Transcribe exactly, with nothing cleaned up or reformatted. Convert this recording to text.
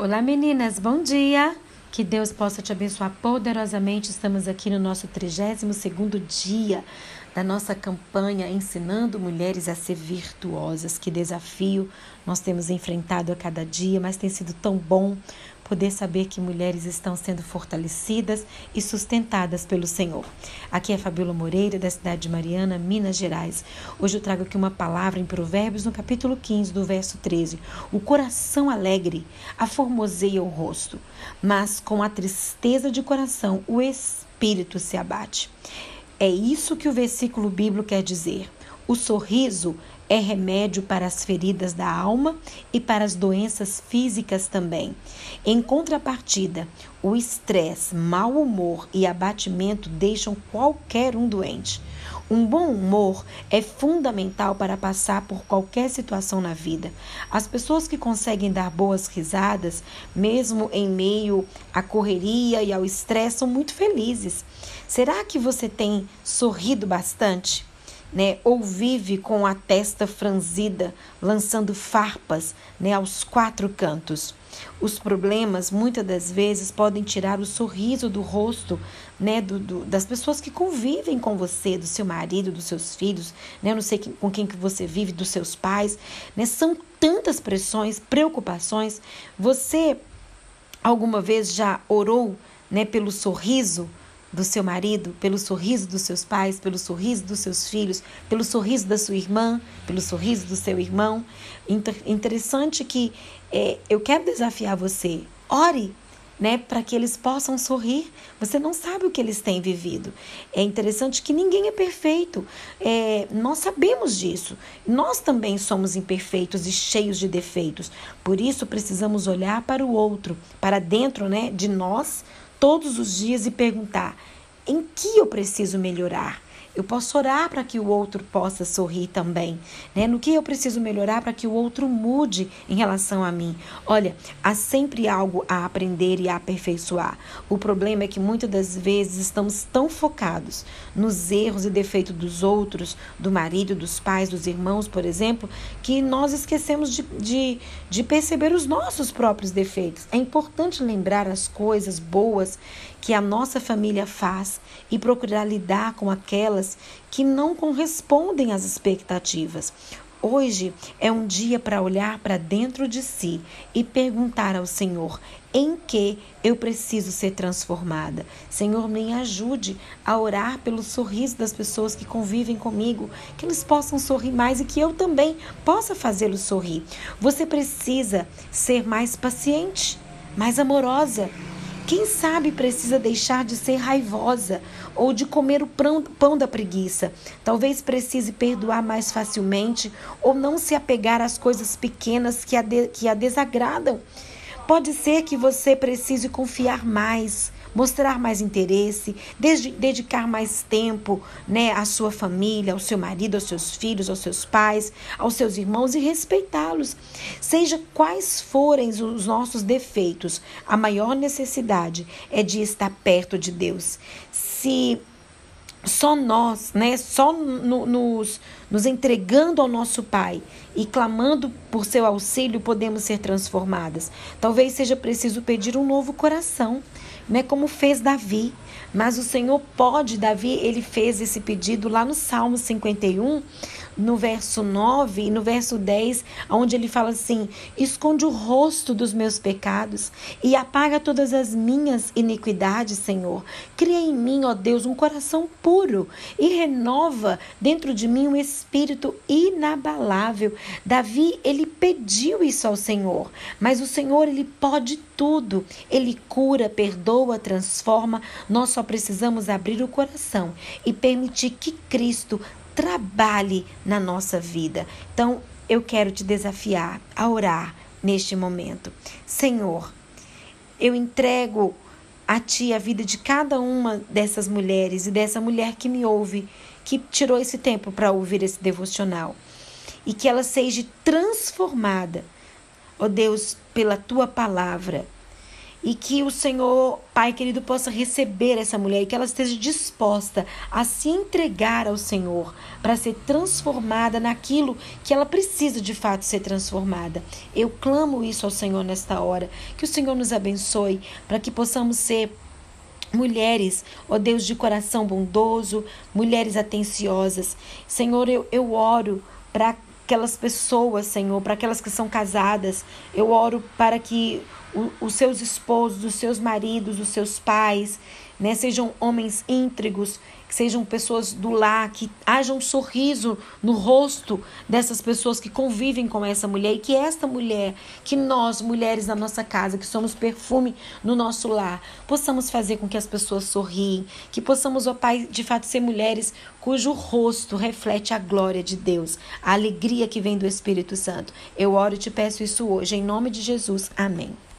Olá meninas, bom dia! Que Deus possa te abençoar poderosamente. Estamos aqui no nosso trigésimo segundo dia da nossa campanha Ensinando Mulheres a Ser Virtuosas. Que desafio nós temos enfrentado a cada dia, mas tem sido tão bom poder saber que mulheres estão sendo fortalecidas e sustentadas pelo Senhor. Aqui é Fabíola Moreira, da cidade de Mariana, Minas Gerais. Hoje eu trago aqui uma palavra em Provérbios, no capítulo quinze, do verso treze. O coração alegre aformoseia o rosto, mas com a tristeza de coração o espírito se abate. É isso que o versículo bíblico quer dizer. O sorriso é remédio para as feridas da alma e para as doenças físicas também. Em contrapartida, o estresse, mau humor e abatimento deixam qualquer um doente. Um bom humor é fundamental para passar por qualquer situação na vida. As pessoas que conseguem dar boas risadas, mesmo em meio à correria e ao estresse, são muito felizes. Será que você tem sorrido bastante? Né, ou vive com a testa franzida, lançando farpas, né, aos quatro cantos? Os problemas, muitas das vezes, podem tirar o sorriso do rosto, né, do, do, das pessoas que convivem com você, do seu marido, dos seus filhos, né, eu não sei que, com quem que você vive, dos seus pais. Né, são tantas pressões, preocupações. Você alguma vez já orou, né, pelo sorriso do seu marido, pelo sorriso dos seus pais, pelo sorriso dos seus filhos, pelo sorriso da sua irmã, pelo sorriso do seu irmão? Inter- interessante que é, eu quero desafiar você. Ore, né, para que eles possam sorrir. Você não sabe o que eles têm vivido. É interessante que ninguém é perfeito. É, nós sabemos disso. Nós também somos imperfeitos e cheios de defeitos. Por isso, precisamos olhar para o outro, para dentro, né, de nós, todos os dias, e perguntar: em que eu preciso melhorar? Eu posso orar para que o outro possa sorrir também, né? No que eu preciso melhorar para que o outro mude em relação a mim? Olha, há sempre algo a aprender e a aperfeiçoar. O problema é que muitas das vezes estamos tão focados nos erros e defeitos dos outros, do marido, dos pais, dos irmãos, por exemplo, que nós esquecemos de, de, de perceber os nossos próprios defeitos. É importante lembrar as coisas boas que a nossa família faz e procurar lidar com aquelas que não correspondem às expectativas. Hoje é um dia para olhar para dentro de si e perguntar ao Senhor: em que eu preciso ser transformada? Senhor, me ajude a orar pelo sorriso das pessoas que convivem comigo, que eles possam sorrir mais e que eu também possa fazê-los sorrir. Você precisa ser mais paciente, mais amorosa. Quem sabe precisa deixar de ser raivosa ou de comer o pão da preguiça. Talvez precise perdoar mais facilmente ou não se apegar às coisas pequenas que a, de, que a desagradam. Pode ser que você precise confiar mais, mostrar mais interesse, dedicar mais tempo, né, à sua família, ao seu marido, aos seus filhos, aos seus pais, aos seus irmãos, e respeitá-los. Seja quais forem os nossos defeitos, a maior necessidade é de estar perto de Deus. Se só nós, né, só no, nos, nos entregando ao nosso Pai e clamando por seu auxílio, podemos ser transformadas. Talvez seja preciso pedir um novo coração, né, como fez Davi. Mas o Senhor pode. Davi, ele fez esse pedido lá no Salmo cinquenta e um, no verso nove e no verso dez, onde ele fala assim: esconde o rosto dos meus pecados e apaga todas as minhas iniquidades, Senhor. Cria em mim, ó Deus, um coração puro e renova dentro de mim um espírito inabalável. Davi, ele pediu isso ao Senhor, mas o Senhor, ele pode tudo. Ele cura, perdoa, transforma. Nós só precisamos abrir o coração e permitir que Cristo trabalhe na nossa vida. Então, eu quero te desafiar a orar neste momento. Senhor, eu entrego a Ti a vida de cada uma dessas mulheres e dessa mulher que me ouve, que tirou esse tempo para ouvir esse devocional, e que ela seja transformada, ó Deus, pela Tua palavra. e que o Senhor, Pai querido, possa receber essa mulher e que ela esteja disposta a se entregar ao Senhor para ser transformada naquilo que ela precisa de fato ser transformada. Eu clamo isso ao Senhor nesta hora, que o Senhor nos abençoe para que possamos ser mulheres, ó Deus, de coração bondoso, mulheres atenciosas. Senhor, eu, eu oro para aquelas pessoas, Senhor, para aquelas que são casadas. Eu oro para que o, os seus esposos, os seus maridos, os seus pais, né, sejam homens íntegros, que sejam pessoas do lar, que haja um sorriso no rosto dessas pessoas que convivem com essa mulher, e que esta mulher, que nós, mulheres da nossa casa, que somos perfume no nosso lar, possamos fazer com que as pessoas sorriem, que possamos, ó Pai, de fato ser mulheres cujo rosto reflete a glória de Deus, a alegria que vem do Espírito Santo. Eu oro e te peço isso hoje, em nome de Jesus. Amém.